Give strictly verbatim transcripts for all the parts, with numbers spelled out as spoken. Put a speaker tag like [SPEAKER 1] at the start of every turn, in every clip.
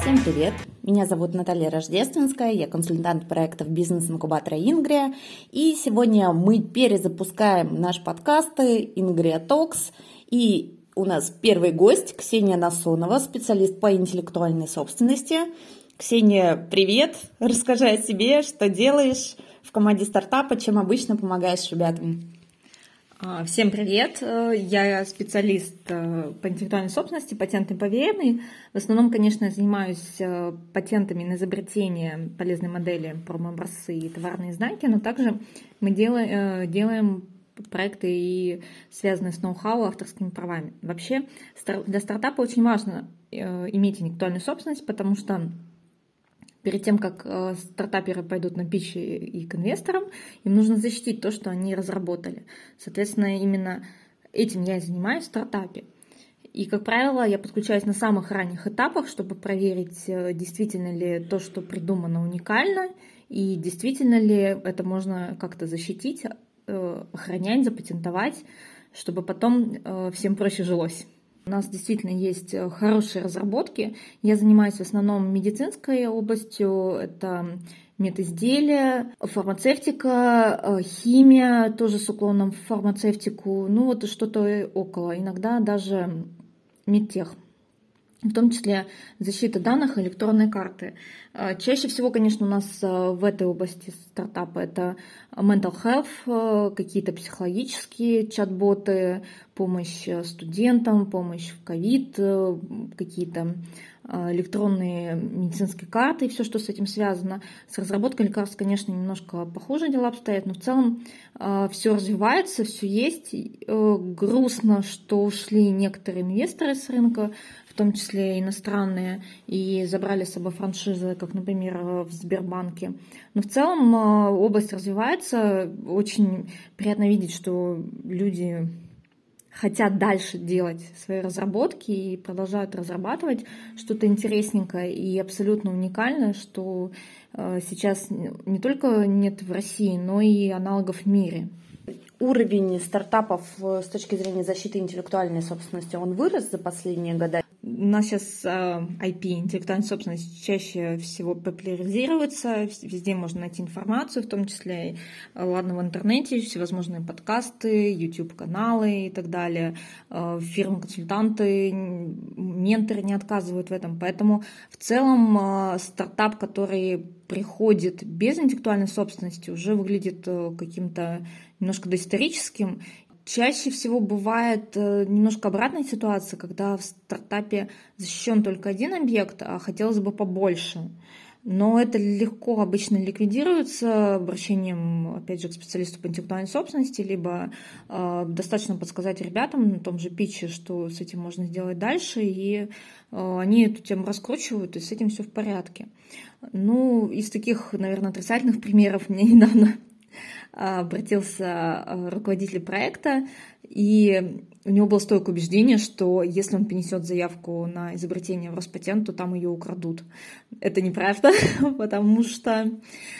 [SPEAKER 1] Всем привет! Меня зовут Наталья Рождественская, я консультант проектов бизнес-инкубатора Ингрия. И сегодня мы перезапускаем наш подкаст Ингрия Talks. И у нас первый гость Ксения Насонова, специалист по интеллектуальной собственности. Ксения, привет! Расскажи о себе, что делаешь в команде стартапа, чем обычно помогаешь ребятам.
[SPEAKER 2] Всем привет! Я специалист по интеллектуальной собственности, патентный поверенный. В основном, конечно, я занимаюсь патентами на изобретение полезной модели, промо-образцы и товарные знаки, но также мы делаем, делаем проекты, и связанные с ноу-хау, авторскими правами. Вообще, для стартапа очень важно иметь интеллектуальную собственность, потому что перед тем, как стартаперы пойдут на питчи и к инвесторам, им нужно защитить то, что они разработали. Соответственно, именно этим я и занимаюсь в стартапе. И, как правило, я подключаюсь на самых ранних этапах, чтобы проверить, действительно ли то, что придумано, уникально, и действительно ли это можно как-то защитить, охранять, запатентовать, чтобы потом всем проще жилось. У нас действительно есть хорошие разработки. Я занимаюсь в основном медицинской областью. Это медизделия, фармацевтика, химия, тоже с уклоном в фармацевтику. Ну вот что-то около. Иногда даже медтех. В том числе защита данных и электронные карты. Чаще всего, конечно, у нас в этой области стартапа это mental health, какие-то психологические чат-боты, помощь студентам, помощь в ковид, какие-то электронные медицинские карты и все, что с этим связано. С разработкой лекарств, конечно, немножко похуже дела обстоят, но в целом все развивается, все есть. Грустно, что ушли некоторые инвесторы с рынка, в том числе иностранные, и забрали с собой франшизы, как, например, в Сбербанке. Но в целом область развивается. Очень приятно видеть, что люди хотят дальше делать свои разработки и продолжают разрабатывать что-то интересненькое и абсолютно уникальное, что сейчас не только нет в России, но и аналогов в мире.
[SPEAKER 1] Уровень стартапов с точки зрения защиты интеллектуальной собственности, он вырос за последние годы?
[SPEAKER 2] У нас сейчас ай пи, интеллектуальная собственность, чаще всего популяризируется, везде можно найти информацию, в том числе, ладно, в интернете, всевозможные подкасты, YouTube-каналы и так далее. Фирмы-консультанты, менторы не отказывают в этом, поэтому в целом стартап, который приходит без интеллектуальной собственности, уже выглядит каким-то немножко доисторическим. Чаще всего бывает немножко обратная ситуация, когда в стартапе защищен только один объект, а хотелось бы побольше. Но это легко обычно ликвидируется обращением, опять же, к специалисту по интеллектуальной собственности, либо э, достаточно подсказать ребятам на том же питче, что с этим можно сделать дальше, и э, они эту тему раскручивают, и с этим все в порядке. Ну, из таких, наверное, отрицательных примеров мне недавно обратился руководитель проекта, и у него было стойкое убеждение, что если он принесет заявку на изобретение в Роспатент, то там ее украдут. Это неправда, потому что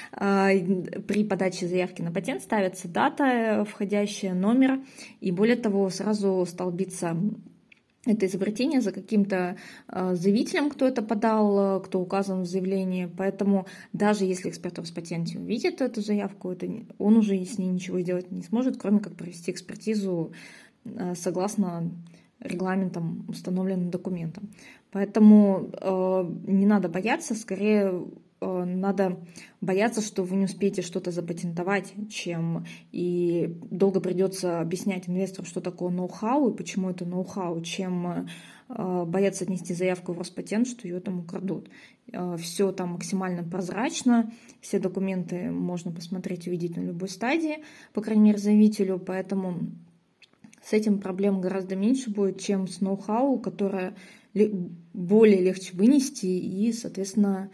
[SPEAKER 2] при подаче заявки на патент ставится дата входящая, номер, и более того, сразу столбится это изобретение за каким-то заявителем, кто это подал, кто указан в заявлении. Поэтому даже если эксперт в Роспатенте увидит эту заявку, это он уже с ней ничего сделать не сможет, кроме как провести экспертизу согласно регламентам, установленным документам. Поэтому э, не надо бояться, скорее э, надо бояться, что вы не успеете что-то запатентовать, чем и долго придется объяснять инвестору, что такое ноу-хау и почему это ноу-хау, чем э, бояться отнести заявку в Роспатент, что ее там украдут. Э, все там максимально прозрачно, все документы можно посмотреть, увидеть на любой стадии, по крайней мере, заявителю, поэтому с этим проблем гораздо меньше будет, чем с ноу-хау, которое более легче вынести и, соответственно,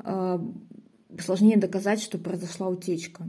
[SPEAKER 2] сложнее доказать, что произошла утечка.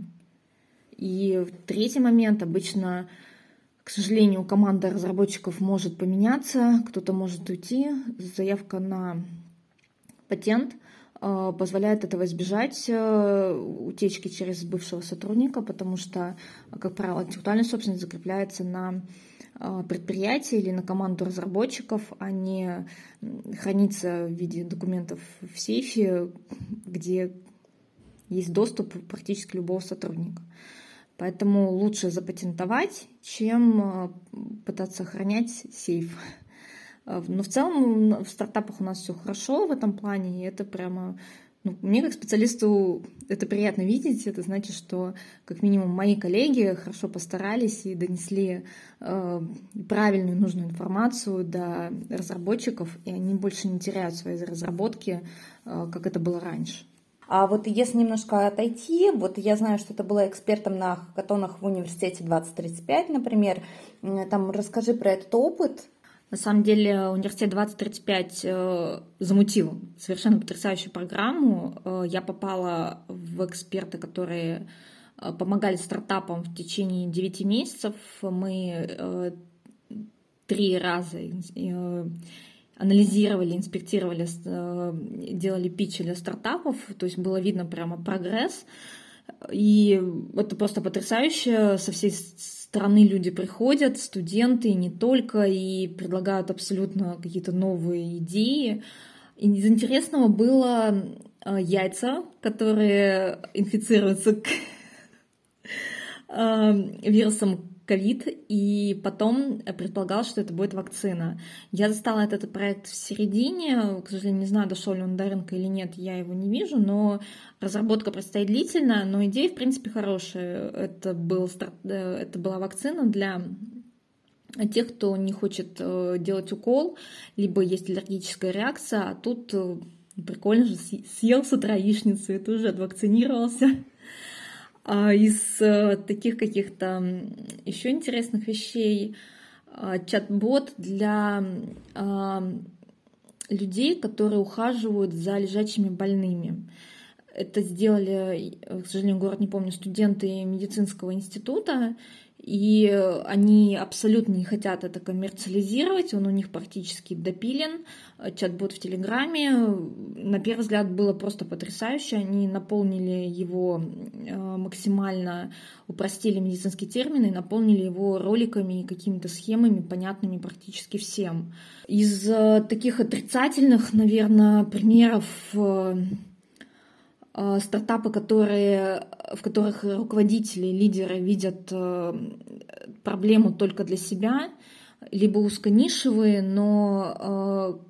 [SPEAKER 2] И третий момент. Обычно, к сожалению, команда разработчиков может поменяться, кто-то может уйти. Заявка на патент позволяет этого избежать, утечки через бывшего сотрудника, потому что, как правило, интеллектуальная собственность закрепляется на предприятие или на команду разработчиков, а не хранится в виде документов в сейфе, где есть доступ практически любого сотрудника. Поэтому лучше запатентовать, чем пытаться охранять сейф. Но в целом в стартапах у нас все хорошо в этом плане, и это прямо... Ну, мне как специалисту это приятно видеть. Это значит, что как минимум мои коллеги хорошо постарались и донесли э, правильную нужную информацию до разработчиков, и они больше не теряют свои разработки, э, как это было раньше.
[SPEAKER 1] А вот если немножко отойти, вот я знаю, что ты была экспертом на хакатонах в университете двадцать тридцать пять, например. Там расскажи про этот опыт.
[SPEAKER 2] На самом деле университет двадцать тридцать пять э, замутил совершенно потрясающую программу. Э, я попала в эксперты, которые э, помогали стартапам в течение девяти месяцев. Мы э, три раза э, анализировали, инспектировали, э, делали питчи для стартапов. То есть было видно прямо прогресс. И это просто потрясающе. Со всей страны люди приходят, студенты, и не только, и предлагают абсолютно какие-то новые идеи. И из интересного было яйца, которые инфицируются вирусом ковид, и потом предполагалось, что это будет вакцина. Я застала этот проект в середине, к сожалению, не знаю, дошел ли он до рынка или нет, я его не вижу, но разработка предстоит длительная, но идея, в принципе, хорошая. Это, был старт, это была вакцина для тех, кто не хочет делать укол, либо есть аллергическая реакция, а тут прикольно же, съел с утра яичницу, и ты уже отвакцинировался. Из таких каких-то еще интересных вещей чат-бот для людей, которые ухаживают за лежачими больными. Это сделали, к сожалению, город не помню, студенты медицинского института, и они абсолютно не хотят это коммерциализировать, он у них практически допилен. Чат-бот в Телеграме, на первый взгляд, было просто потрясающе. Они наполнили его максимально, упростили медицинские термины, наполнили его роликами и какими-то схемами, понятными практически всем. Из таких отрицательных, наверное, примеров стартапы, которые, в которых руководители, лидеры видят проблему только для себя, либо узконишевые, но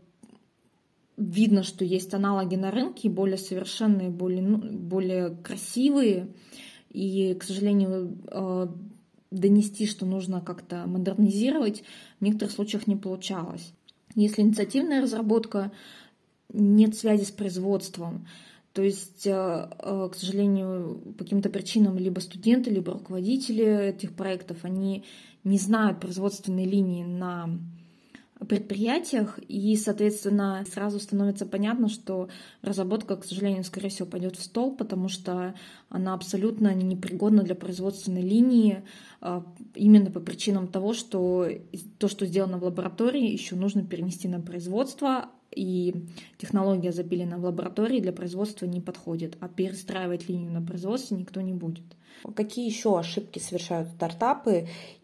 [SPEAKER 2] видно, что есть аналоги на рынке, более совершенные, более, более красивые, и, к сожалению, донести, что нужно как-то модернизировать, в некоторых случаях не получалось. Если инициативная разработка, нет связи с производством. То есть, к сожалению, по каким-то причинам либо студенты, либо руководители этих проектов, они не знают производственной линии на предприятиях, и, соответственно, сразу становится понятно, что разработка, к сожалению, скорее всего, пойдет в стол, потому что она абсолютно непригодна для производственной линии, именно по причинам того, что то, что сделано в лаборатории, еще нужно перенести на производство, и технология, запиленная в лаборатории, для производства не подходит, а перестраивать линию на производстве никто не будет.
[SPEAKER 1] Какие еще ошибки совершают стартапы,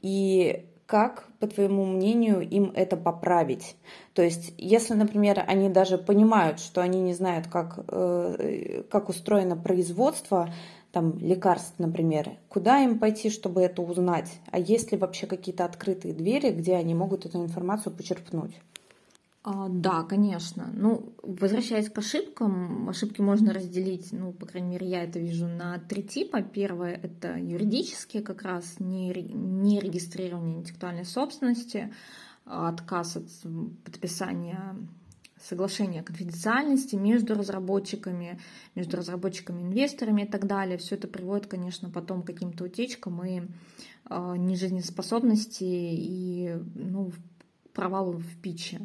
[SPEAKER 1] и как, по твоему мнению, им это поправить? То есть, если, например, они даже понимают, что они не знают, как, э, как устроено производство там, лекарств, например, куда им пойти, чтобы это узнать? А есть ли вообще какие-то открытые двери, где они могут эту информацию почерпнуть?
[SPEAKER 2] Да, конечно. Ну, возвращаясь к ошибкам, ошибки можно разделить, ну, по крайней мере, я это вижу на три типа. Первое — это юридические, как раз не, не регистрирование интеллектуальной собственности, отказ от подписания соглашения о конфиденциальности между разработчиками, между разработчиками, инвесторами и так далее. Все это приводит, конечно, потом к каким-то утечкам и нежизнеспособности и, ну, провалу в питче.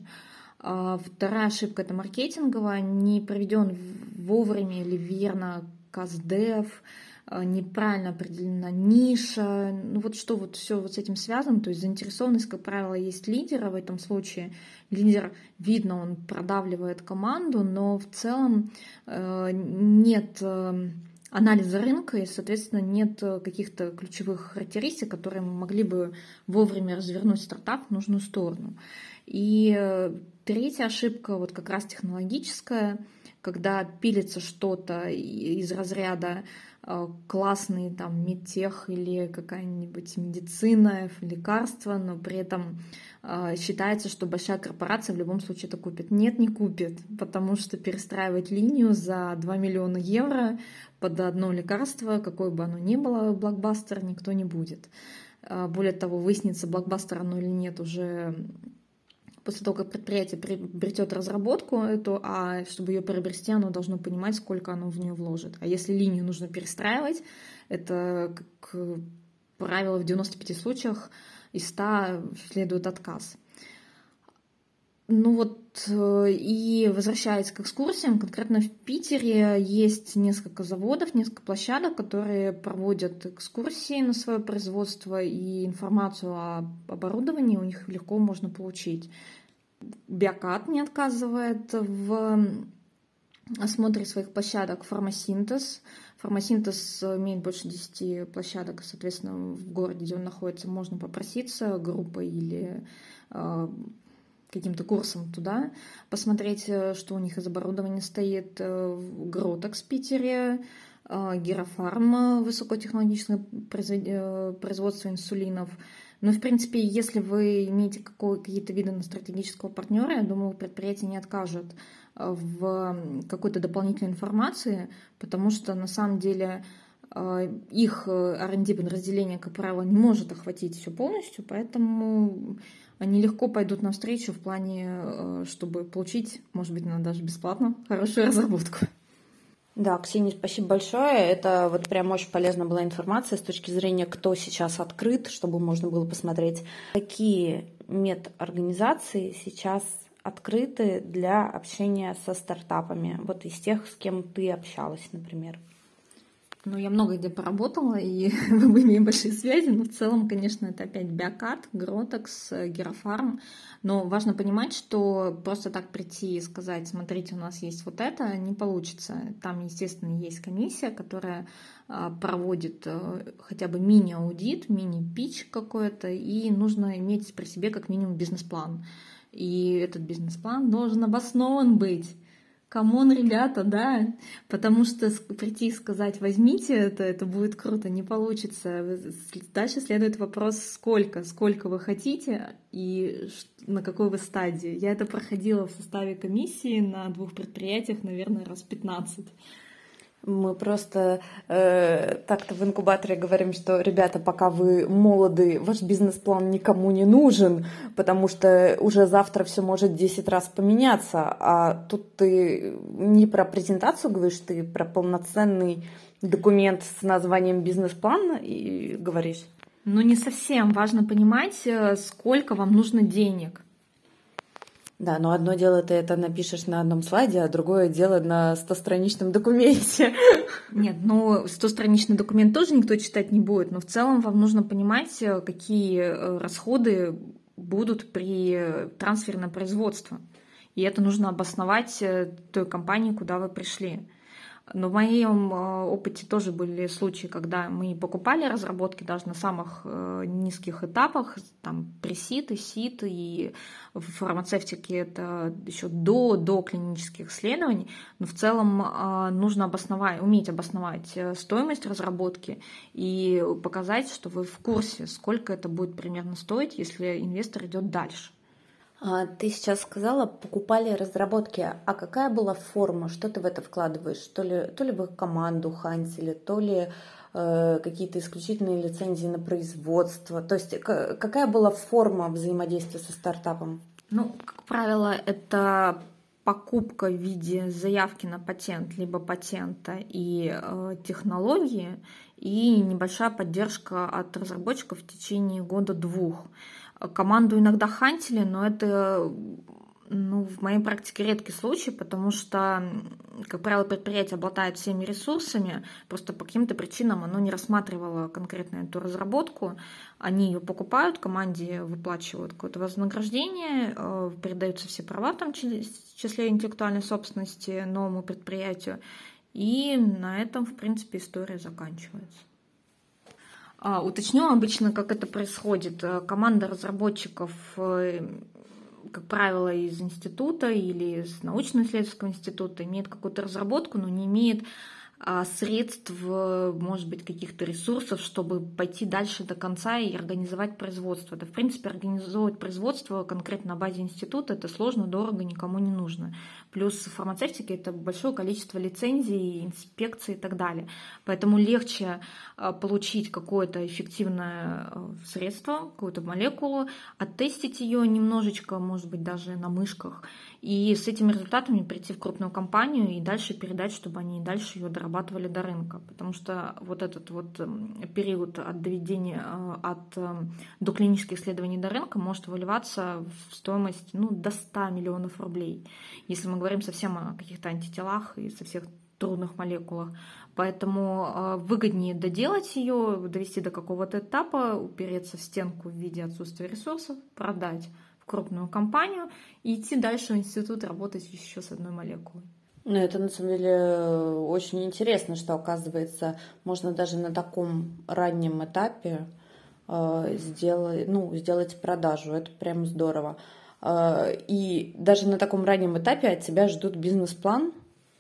[SPEAKER 2] Вторая ошибка — это маркетинговая, не проведен вовремя или верно каздев, неправильно определена ниша, ну вот что вот все вот с этим связано, то есть заинтересованность, как правило, есть лидера, в этом случае лидер, видно, он продавливает команду, но в целом нет анализа рынка, и, соответственно, нет каких-то ключевых характеристик, которые могли бы вовремя развернуть стартап в нужную сторону. И третья ошибка, вот как раз технологическая, когда пилится что-то из разряда классный там медтех или какая-нибудь медицина, лекарства, но при этом считается, что большая корпорация в любом случае это купит. Нет, не купит, потому что перестраивать линию за два миллиона евро под одно лекарство, какое бы оно ни было, блокбастер, никто не будет. Более того, выяснится, блокбастер оно или нет уже после того, как предприятие приобретет разработку эту, а чтобы ее приобрести, оно должно понимать, сколько оно в нее вложит. А если линию нужно перестраивать, это, как правило, в девяноста пяти случаях из ста следует отказ. Ну вот, и возвращаясь к экскурсиям, конкретно в Питере есть несколько заводов, несколько площадок, которые проводят экскурсии на свое производство, и информацию о оборудовании у них легко можно получить. Биокат не отказывает в осмотре своих площадок. Фармасинтез. Фармасинтез имеет больше десяти площадок, соответственно, в городе, где он находится, можно попроситься группой или каким-то курсом туда, посмотреть, что у них из оборудования стоит. Гротекс в Питере, Герафарм, высокотехнологичное производство инсулинов. Но, в принципе, если вы имеете какие-то виды на стратегического партнера, я думаю, предприятие не откажет в какой-то дополнительной информации, потому что, на самом деле, их ар энд ди подразделение, как правило, не может охватить все полностью, поэтому они легко пойдут навстречу в плане, чтобы получить, может быть, даже бесплатно, хорошую разработку.
[SPEAKER 1] Да, Ксения, спасибо большое. Это вот прям очень полезная была информация с точки зрения, кто сейчас открыт, чтобы можно было посмотреть, какие медорганизации сейчас открыты для общения со стартапами. Вот из тех, с кем ты общалась, например.
[SPEAKER 2] Ну, я много где поработала, и мы имеем большие связи, но в целом, конечно, это опять Биокат, Гротекс, Герафарм. Но важно понимать, что просто так прийти и сказать, смотрите, у нас есть вот это, не получится. Там, естественно, есть комиссия, которая проводит хотя бы мини-аудит, мини-питч какой-то, и нужно иметь при себе как минимум бизнес-план. И этот бизнес-план должен обоснован быть. Камон, ребята, да, потому что прийти и сказать, возьмите это, это будет круто, не получится. Дальше следует вопрос, сколько, сколько вы хотите и на какой вы стадии. Я это проходила в составе комиссии на двух предприятиях, наверное, раз пятнадцать.
[SPEAKER 1] Мы просто э, так-то в инкубаторе говорим, что, ребята, пока вы молоды, ваш бизнес-план никому не нужен, потому что уже завтра все может десять раз поменяться. А тут ты не про презентацию говоришь, ты про полноценный документ с названием бизнес-план и говоришь.
[SPEAKER 2] Ну, не совсем. Важно понимать, сколько вам нужно денег.
[SPEAKER 1] Да, но одно дело ты это напишешь на одном слайде, а другое дело на стостраничном документе.
[SPEAKER 2] Нет, ну стостраничный документ тоже никто читать не будет, но в целом вам нужно понимать, какие расходы будут при трансфере на производство. И это нужно обосновать той компании, куда вы пришли. Но в моем опыте тоже были случаи, когда мы покупали разработки даже на самых низких этапах, там пресид и сид, и в фармацевтике это еще до, до клинических исследований, но в целом нужно обосновать, уметь обосновать стоимость разработки и показать, что вы в курсе, сколько это будет примерно стоить, если инвестор идет дальше.
[SPEAKER 1] Ты сейчас сказала, покупали разработки. А какая была форма? Что ты в это вкладываешь? То ли, то ли в команду хантили, то ли э, какие-то исключительные лицензии на производство. То есть к- какая была форма взаимодействия со стартапом?
[SPEAKER 2] Ну, как правило, это покупка в виде заявки на патент, либо патента и э, технологии, и небольшая поддержка от разработчиков в течение года-двух. Команду иногда хантили, но это, ну, в моей практике редкий случай, потому что, как правило, предприятие обладает всеми ресурсами, просто по каким-то причинам оно не рассматривало конкретно эту разработку. Они ее покупают, команде выплачивают какое-то вознаграждение, передаются все права, в том числе интеллектуальной собственности, новому предприятию. И на этом, в принципе, история заканчивается. А, уточню обычно, как это происходит. Команда разработчиков, как правило, из института или из научно-исследовательского института имеет какую-то разработку, но не имеет средств, может быть, каких-то ресурсов, чтобы пойти дальше до конца и организовать производство. Да, в принципе, организовывать производство конкретно на базе института — это сложно, дорого, никому не нужно. Плюс в фармацевтике это большое количество лицензий, инспекций и так далее. Поэтому легче получить какое-то эффективное средство, какую-то молекулу, оттестить ее немножечко, может быть, даже на мышках, и с этими результатами прийти в крупную компанию и дальше передать, чтобы они и дальше ее дорабатывали до рынка. Потому что вот этот вот период от доведения от доклинических исследований до рынка может выливаться в стоимость ну, до ста миллионов рублей, если мы говорим совсем о каких-то антителах и со всех трудных молекулах. Поэтому выгоднее доделать ее, довести до какого-то этапа, упереться в стенку в виде отсутствия ресурсов, продать в крупную компанию и идти дальше в институт работать еще с одной молекулой.
[SPEAKER 1] Ну, это на самом деле очень интересно, что, оказывается, можно даже на таком раннем этапе э, сделать, ну, сделать продажу. Это прям здорово. Э, и даже на таком раннем этапе от тебя ждут бизнес-план.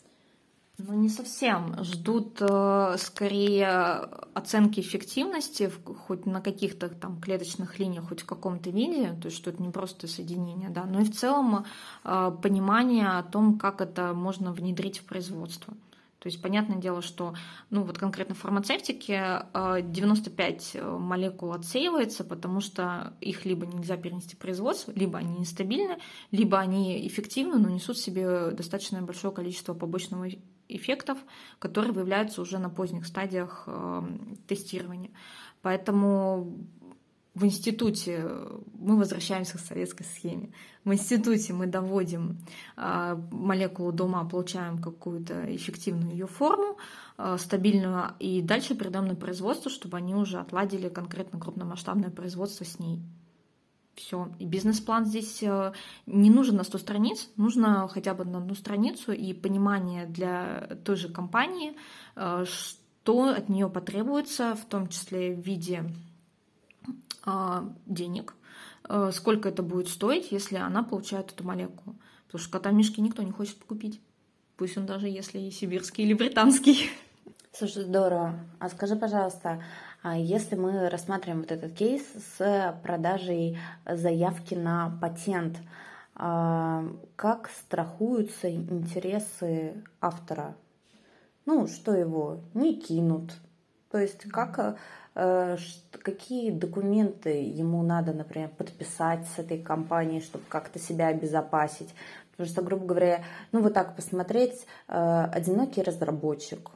[SPEAKER 2] Ну, не совсем. Ждут э, скорее оценки эффективности, хоть на каких-то там клеточных линиях, хоть в каком-то виде, то есть что это не просто соединение, да, но и в целом э, понимание о том, как это можно внедрить в производство. То есть понятное дело, что ну, вот конкретно в фармацевтике девяносто пять молекул отсеивается, потому что их либо нельзя перенести в производство, либо они нестабильны, либо они эффективны, но несут в себе достаточно большое количество побочного эффектов, которые выявляются уже на поздних стадиях тестирования. Поэтому в институте мы возвращаемся к советской схеме. В институте мы доводим молекулу до ума, получаем какую-то эффективную ее форму, стабильную, и дальше передаем на производство, чтобы они уже отладили конкретно крупномасштабное производство с ней. Все. И бизнес-план здесь не нужен на сто страниц, нужно хотя бы на одну страницу и понимание для той же компании, что от нее потребуется, в том числе в виде денег, сколько это будет стоить, если она получает эту молекулу. Потому что кота в мешке никто не хочет купить. Пусть он даже если и сибирский или британский.
[SPEAKER 1] Слушай, здорово. А скажи, пожалуйста, если мы рассматриваем вот этот кейс с продажей заявки на патент, как страхуются интересы автора? Ну, что его не кинут? То есть как, какие документы ему надо, например, подписать с этой компанией, чтобы как-то себя обезопасить? Потому что, грубо говоря, ну вот так посмотреть, одинокий разработчик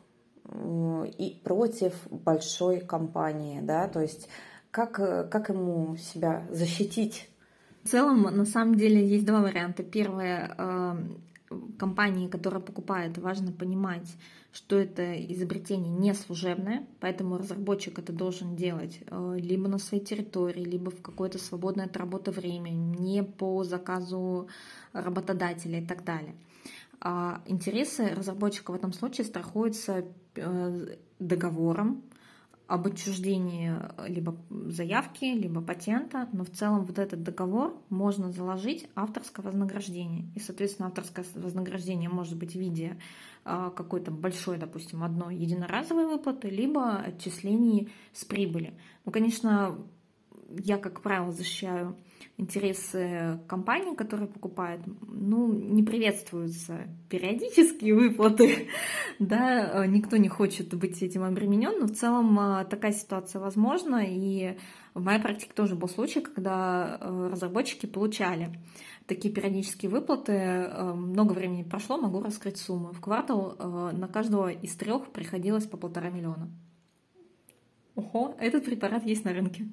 [SPEAKER 1] и против большой компании, да, то есть как, как ему себя защитить?
[SPEAKER 2] В целом, на самом деле, есть два варианта. Первое, компании, которая покупает, важно понимать, что это изобретение не служебное, поэтому разработчик это должен делать либо на своей территории, либо в какое-то свободное от работы время, не по заказу работодателя и так далее. А интересы разработчика в этом случае страхуются договором об отчуждении либо заявки, либо патента, но в целом вот этот договор можно заложить авторское вознаграждение. И, соответственно, авторское вознаграждение может быть в виде какой-то большой, допустим, одной единоразовой выплаты, либо отчислений с прибыли. Ну, конечно, я, как правило, защищаю интересы компании, которая покупает. Ну, не приветствуются периодические выплаты, да, никто не хочет быть этим обременен, но в целом такая ситуация возможна, и в моей практике тоже был случай, когда разработчики получали такие периодические выплаты. Много времени прошло, могу раскрыть сумму. В квартал на каждого из трех приходилось по полтора миллиона. Ого, этот препарат есть на рынке.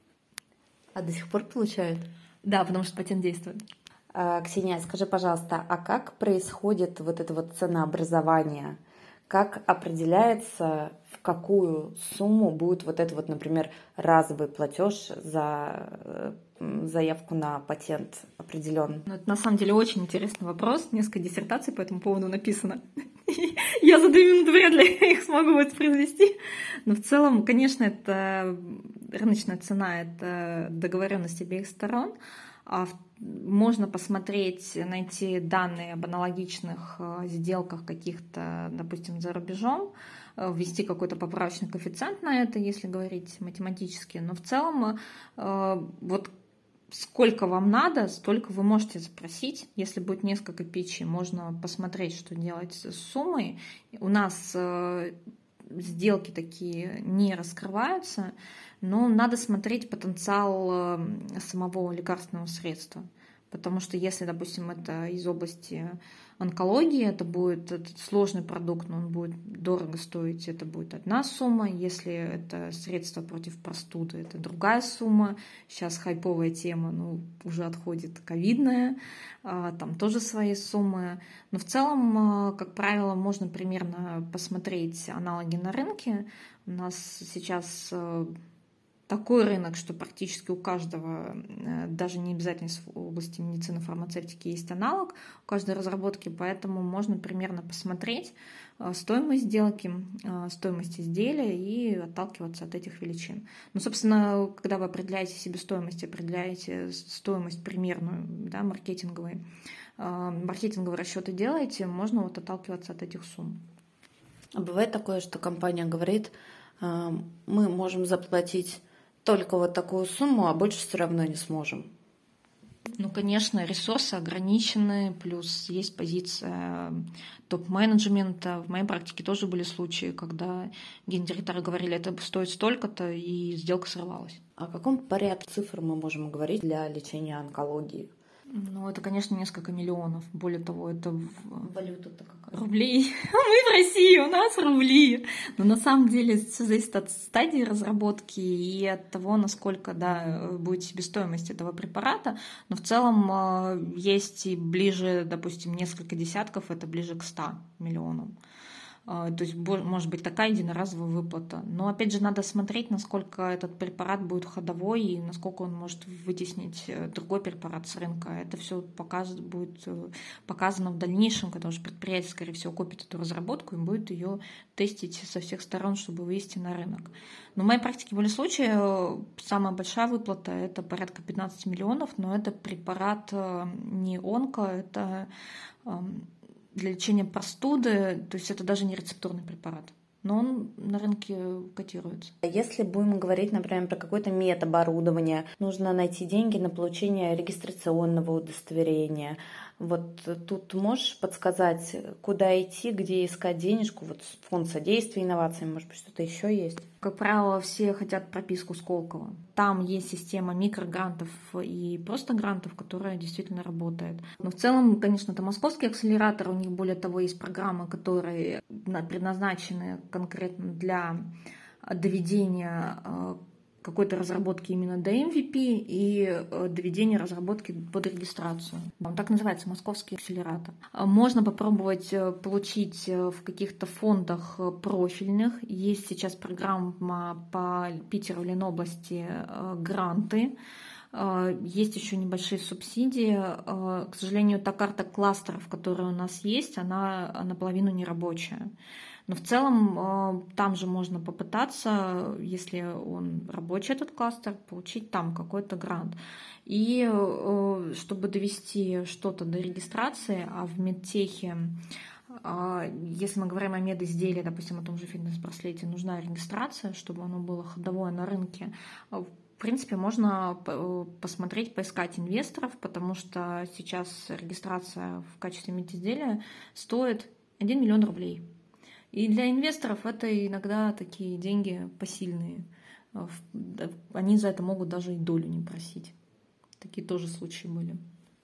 [SPEAKER 1] А до сих пор получают?
[SPEAKER 2] Да, потому что патент действует.
[SPEAKER 1] А, Ксения, скажи, пожалуйста, а как происходит вот это вот ценообразование? Как определяется, в какую сумму будет вот это вот, например, разовый платеж за заявку на патент определен?
[SPEAKER 2] Ну, это на самом деле очень интересный вопрос. Несколько диссертаций по этому поводу написано. Я за две минуты вряд ли их смогу воспроизвести. Но в целом, конечно, это рыночная цена, это договоренность обеих сторон. Можно посмотреть, найти данные об аналогичных сделках каких-то, допустим, за рубежом, ввести какой-то поправочный коэффициент на это, если говорить математически. Но в целом, вот сколько вам надо, столько вы можете запросить. Если будет несколько питчей, можно посмотреть, что делать с суммой. У нас сделки такие не раскрываются, но надо смотреть потенциал самого лекарственного средства. Потому что если, допустим, это из области онкологии, это будет этот сложный продукт, но он будет дорого стоить, это будет одна сумма. Если это средство против простуды, это другая сумма. Сейчас хайповая тема, ну, уже отходит ковидная, там тоже свои суммы. Но в целом, как правило, можно примерно посмотреть аналоги на рынке. У нас сейчас такой рынок, что практически у каждого, даже не обязательно в области медицины, фармацевтики, есть аналог у каждой разработки, поэтому можно примерно посмотреть стоимость сделки, стоимость изделия и отталкиваться от этих величин. Ну, собственно, когда вы определяете себестоимость, определяете стоимость примерную, да, маркетинговые, маркетинговые расчеты делаете, можно вот отталкиваться от этих сумм.
[SPEAKER 1] А бывает такое, что компания говорит, мы можем заплатить только вот такую сумму, а больше все равно не сможем.
[SPEAKER 2] Ну, конечно, ресурсы ограничены, плюс есть позиция топ-менеджмента. В моей практике тоже были случаи, когда гендиректоры говорили, это стоит столько-то, и сделка срывалась.
[SPEAKER 1] О каком порядке цифр мы можем говорить для лечения онкологии?
[SPEAKER 2] Ну, это, конечно, несколько миллионов. Более того, это
[SPEAKER 1] валюта-то какая?
[SPEAKER 2] Рублей. Мы в России, у нас рубли. Но на самом деле все зависит от стадии разработки и от того, насколько, да, будет себестоимость этого препарата. Но в целом есть и ближе, допустим, несколько десятков, это ближе к ста миллионам. То есть может быть такая единоразовая выплата. Но опять же надо смотреть, насколько этот препарат будет ходовой и насколько он может вытеснить другой препарат с рынка. Это все покажет, будет показано в дальнейшем, когда уже предприятие, скорее всего, купит эту разработку и будет ее тестить со всех сторон, чтобы вывести на рынок. Но в моей практике были случаи, самая большая выплата — это порядка пятнадцать миллионов, но это препарат не онко, это для лечения простуды, то есть это даже не рецептурный препарат, но он на рынке котируется.
[SPEAKER 1] Если будем говорить, например, про какое-то медоборудование, нужно найти деньги на получение регистрационного удостоверения. Вот тут можешь подсказать, куда идти, где искать денежку? Вот фонд содействия инновациям, может быть, что-то еще есть?
[SPEAKER 2] Как правило, все хотят прописку Сколково. Там есть система микрогрантов и просто грантов, которая действительно работает. Но в целом, конечно, это московский акселератор. У них, более того, есть программы, которые предназначены конкретно для доведения какой-то разработки именно до эм ви пи и доведения разработки под регистрацию. Он так называется, московский акселератор. Можно попробовать получить в каких-то фондах профильных. Есть сейчас программа по Питеру, Ленобласти, гранты. Есть еще небольшие субсидии. К сожалению, та карта кластеров, которая у нас есть, она наполовину нерабочая. Но в целом там же можно попытаться, если он рабочий, этот кластер, получить там какой-то грант. И чтобы довести что-то до регистрации, а в медтехе, если мы говорим о медизделии, допустим, о том же фитнес-браслете, нужна регистрация, чтобы оно было ходовое на рынке. В принципе, можно посмотреть, поискать инвесторов, потому что сейчас регистрация в качестве медизделия стоит один миллион рублей. И для инвесторов это иногда такие деньги посильные. Они за это могут даже и долю не просить. Такие тоже случаи были.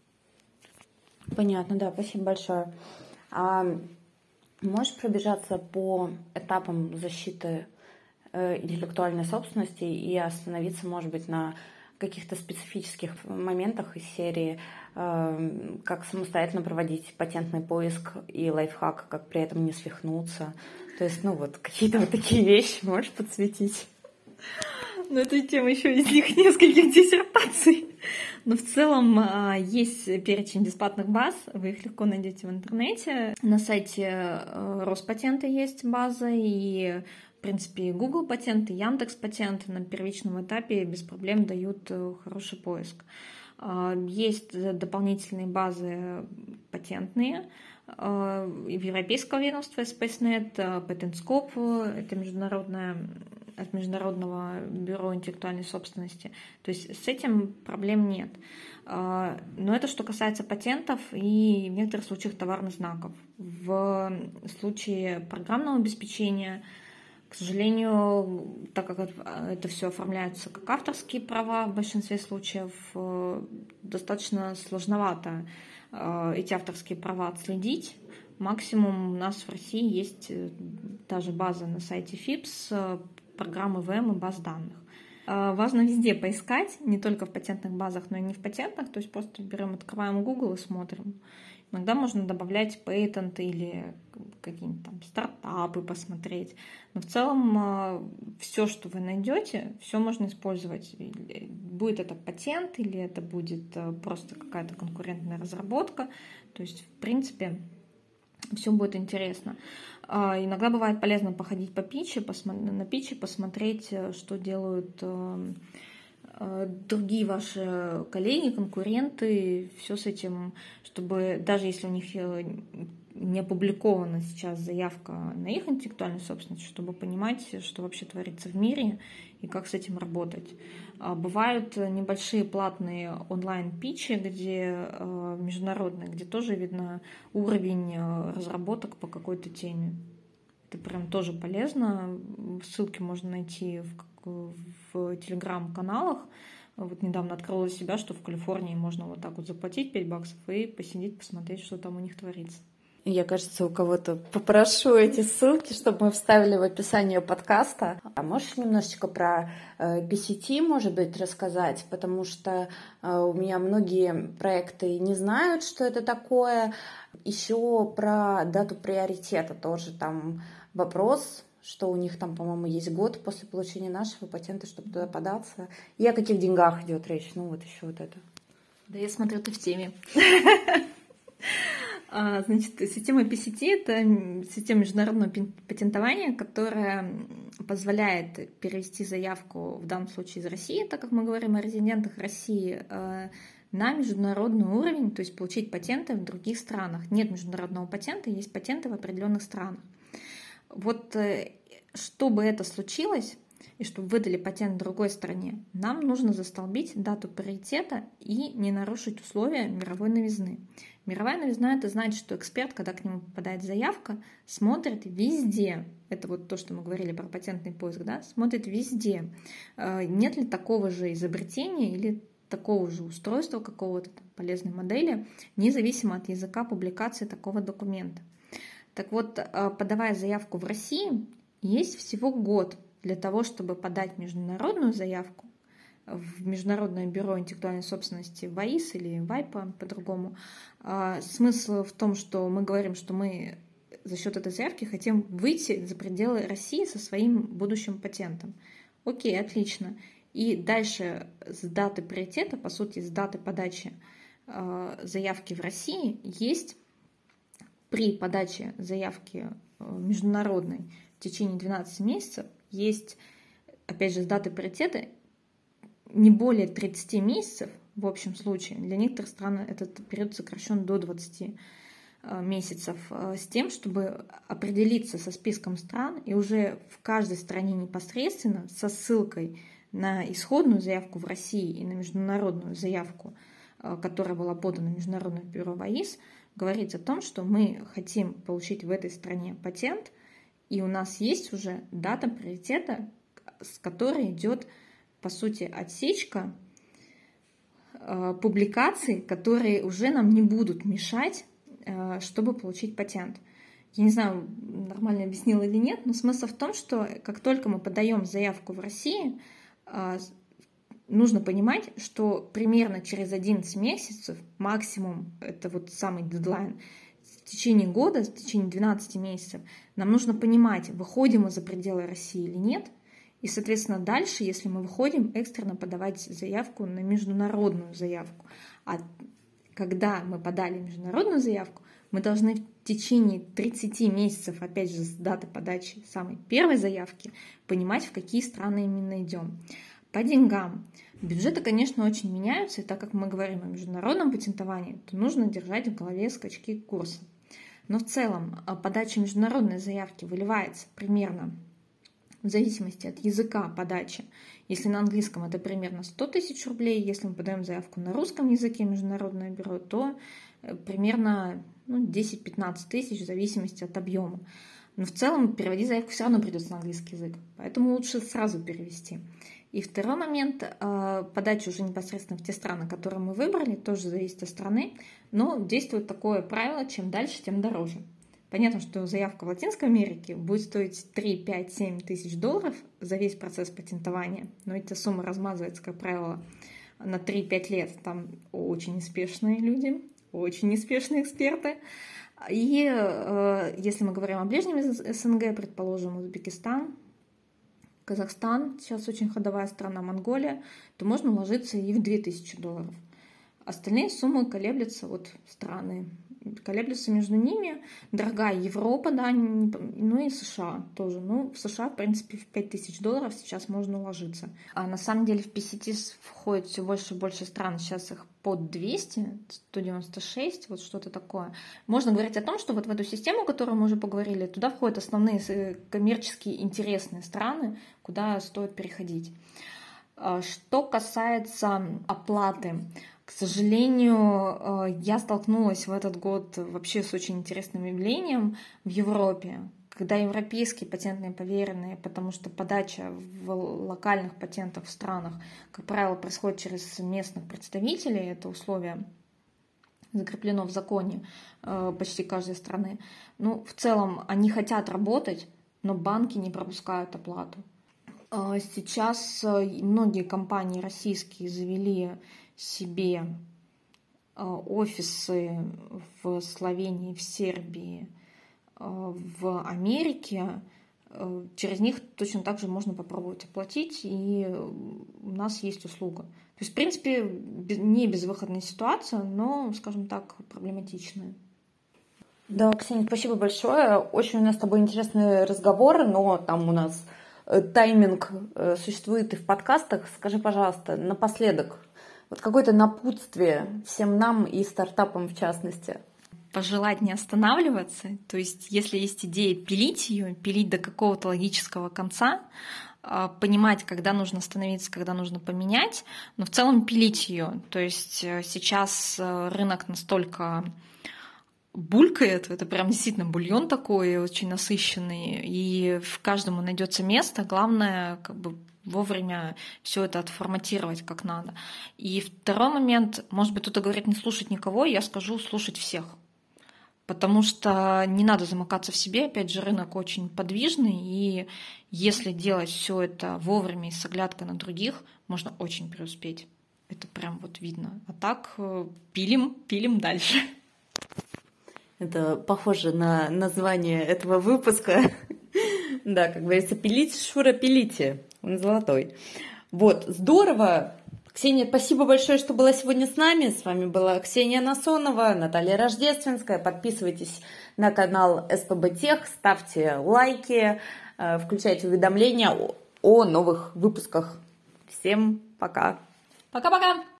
[SPEAKER 1] Понятно, да, спасибо большое. А можешь пробежаться по этапам защиты интеллектуальной собственности и остановиться, может быть, на каких-то специфических моментах из серии, как самостоятельно проводить патентный поиск и лайфхак, как при этом не свихнуться. То есть, ну вот, какие-то вот такие вещи можешь подсветить?
[SPEAKER 2] Ну, это тема еще из них нескольких диссертаций. Но в целом есть перечень бесплатных баз, вы их легко найдете в интернете. На сайте Роспатента есть база, и, в принципе, Google патенты, Яндекс патенты на первичном этапе без проблем дают хороший поиск. Есть дополнительные базы патентные европейского ведомства SpaceNet, PatentScope, это международное от Международного бюро интеллектуальной собственности. То есть с этим проблем нет. Но это что касается патентов и в некоторых случаях товарных знаков. В случае программного обеспечения, к сожалению, так как это все оформляется как авторские права, в большинстве случаев достаточно сложновато эти авторские права отследить. Максимум у нас в России есть даже база на сайте ФИПС, программы ВМ и баз данных. Важно везде поискать, не только в патентных базах, но и не в патентных, то есть просто берем, открываем Google и смотрим. Иногда можно добавлять патент или какие-нибудь там стартапы посмотреть. Но в целом все, что вы найдете, все можно использовать. Будет это патент или это будет просто какая-то конкурентная разработка. То есть, в принципе, все будет интересно. Иногда бывает полезно походить по питче, на питче, посмотреть, что делают другие ваши коллеги, конкуренты, все с этим, чтобы даже если у них не опубликована сейчас заявка на их интеллектуальную собственность, чтобы понимать, что вообще творится в мире и как с этим работать. Бывают небольшие платные онлайн-питчи, где международные, где тоже видно уровень разработок по какой-то теме. Это прям тоже полезно. Ссылки можно найти в, в телеграм-каналах. Вот недавно открыла для себя, что в Калифорнии можно вот так вот заплатить пять баксов и посидеть, посмотреть, что там у них творится.
[SPEAKER 1] Я, кажется, у кого-то попрошу эти ссылки, чтобы мы вставили в описание подкаста. А можешь немножечко про пи си ти, может быть, рассказать? Потому что у меня многие проекты не знают, что это такое. Еще про дату приоритета тоже там вопрос, что у них там, по-моему, есть год после получения нашего патента, чтобы туда податься. И о каких деньгах идет речь? Ну, вот еще вот это.
[SPEAKER 2] Да, я смотрю, ты в теме. Значит, система пи си ти — это система международного патентования, которая позволяет перевести заявку, в данном случае из России, так как мы говорим о резидентах России, на международный уровень, то есть получить патенты в других странах. Нет международного патента, есть патенты в определенных странах. Вот чтобы это случилось, и чтобы выдали патент в другой стране, нам нужно застолбить дату приоритета и не нарушить условия мировой новизны. Мировая новизна — это значит, что эксперт, когда к нему попадает заявка, смотрит везде, это вот то, что мы говорили про патентный поиск, да, смотрит везде, нет ли такого же изобретения или такого же устройства, какого-то там полезной модели, независимо от языка публикации такого документа. Так вот, подавая заявку в России, есть всего год для того, чтобы подать международную заявку в Международное бюро интеллектуальной собственности ВАИС или ВАЙПа по-другому. Смысл в том, что мы говорим, что мы за счет этой заявки хотим выйти за пределы России со своим будущим патентом. Окей, отлично. И дальше с даты приоритета, по сути, с даты подачи заявки в России есть при подаче заявки международной в течение двенадцати месяцев есть, опять же, с даты приоритета не более тридцати месяцев в общем случае. Для некоторых стран этот период сокращен до двадцати месяцев, с тем, чтобы определиться со списком стран и уже в каждой стране непосредственно со ссылкой на исходную заявку в России и на международную заявку, которая была подана в Международное бюро ВАИС, говорить о том, что мы хотим получить в этой стране патент, и у нас есть уже дата приоритета, с которой идет, по сути, отсечка э, публикаций, которые уже нам не будут мешать, э, чтобы получить патент. Я не знаю, нормально объяснила или нет, но смысл в том, что как только мы подаем заявку в России, э, нужно понимать, что примерно через одиннадцать месяцев, максимум, это вот самый дедлайн, в течение года, в течение двенадцати месяцев, нам нужно понимать, выходим мы за пределы России или нет, И, соответственно, дальше, если мы выходим, экстренно подавать заявку на международную заявку. А когда мы подали международную заявку, мы должны в течение тридцати месяцев, опять же, с даты подачи самой первой заявки, понимать, в какие страны именно идем. По деньгам. Бюджеты, конечно, очень меняются, и так как мы говорим о международном патентовании, то нужно держать в голове скачки курса. Но в целом подача международной заявки выливается примерно в зависимости от языка подачи. Если на английском это примерно сто тысяч рублей, если мы подаем заявку на русском языке международное бюро, то примерно ну, десять-пятнадцать тысяч в зависимости от объема. Но в целом переводить заявку все равно придется на английский язык, поэтому лучше сразу перевести. И второй момент, подача уже непосредственно в те страны, которые мы выбрали, тоже зависит от страны, но действует такое правило, чем дальше, тем дороже. Понятно, что заявка в Латинской Америке будет стоить три, пять, семь тысяч долларов за весь процесс патентования, но эта сумма размазывается, как правило, на три-пять лет. Там очень неспешные люди, очень неспешные эксперты. И э, если мы говорим о ближнем СНГ, предположим, Узбекистан, Казахстан, сейчас очень ходовая страна, Монголия, то можно уложиться и в две тысячи долларов. Остальные суммы колеблются, вот страны, колеблются между ними. Дорогая Европа, да, ну и США тоже. Ну, в США, в принципе, в пять тысяч долларов сейчас можно уложиться. А на самом деле в пи си ти входит все больше и больше стран, сейчас их под двести, сто девяносто шесть, вот что-то такое. Можно говорить о том, что вот в эту систему, о которой мы уже поговорили, туда входят основные коммерческие интересные страны, куда стоит переходить. Что касается оплаты, к сожалению, я столкнулась в этот год вообще с очень интересным явлением в Европе, когда европейские патентные поверенные, потому что подача в локальных патентах в странах, как правило, происходит через местных представителей, это условие закреплено в законе почти каждой страны. Ну, в целом, они хотят работать, но банки не пропускают оплату. Сейчас многие компании российские завели себе офисы в Словении, в Сербии, в Америке. Через них точно так же можно попробовать оплатить, и у нас есть услуга. То есть, в принципе, не безвыходная ситуация, но, скажем так, проблематичная.
[SPEAKER 1] Да, Ксения, спасибо большое. Очень у нас с тобой интересный разговор, но там у нас тайминг существует и в подкастах. Скажи, пожалуйста, напоследок, вот какое-то напутствие всем нам и стартапам в частности.
[SPEAKER 2] Пожелать не останавливаться, то есть если есть идея, пилить ее, пилить до какого-то логического конца, понимать, когда нужно остановиться, когда нужно поменять, но в целом пилить ее. То есть сейчас рынок настолько булькает, это прям действительно бульон такой, очень насыщенный, и в каждому найдется место. Главное, как бы вовремя все это отформатировать как надо. И второй момент, может быть, кто-то говорит не слушать никого, я скажу слушать всех. Потому что не надо замыкаться в себе, опять же, рынок очень подвижный, и если делать все это вовремя и с оглядкой на других, можно очень преуспеть. Это прям вот видно. А так пилим, пилим дальше.
[SPEAKER 1] Это похоже на название этого выпуска. Да, как говорится, пилить, Шура, пилите. Он золотой. Вот, здорово. Ксения, спасибо большое, что была сегодня с нами. С вами была Ксения Насонова, Наталья Рождественская. Подписывайтесь на канал эс пэ бэ Тех, ставьте лайки, включайте уведомления о новых выпусках. Всем пока.
[SPEAKER 2] Пока-пока.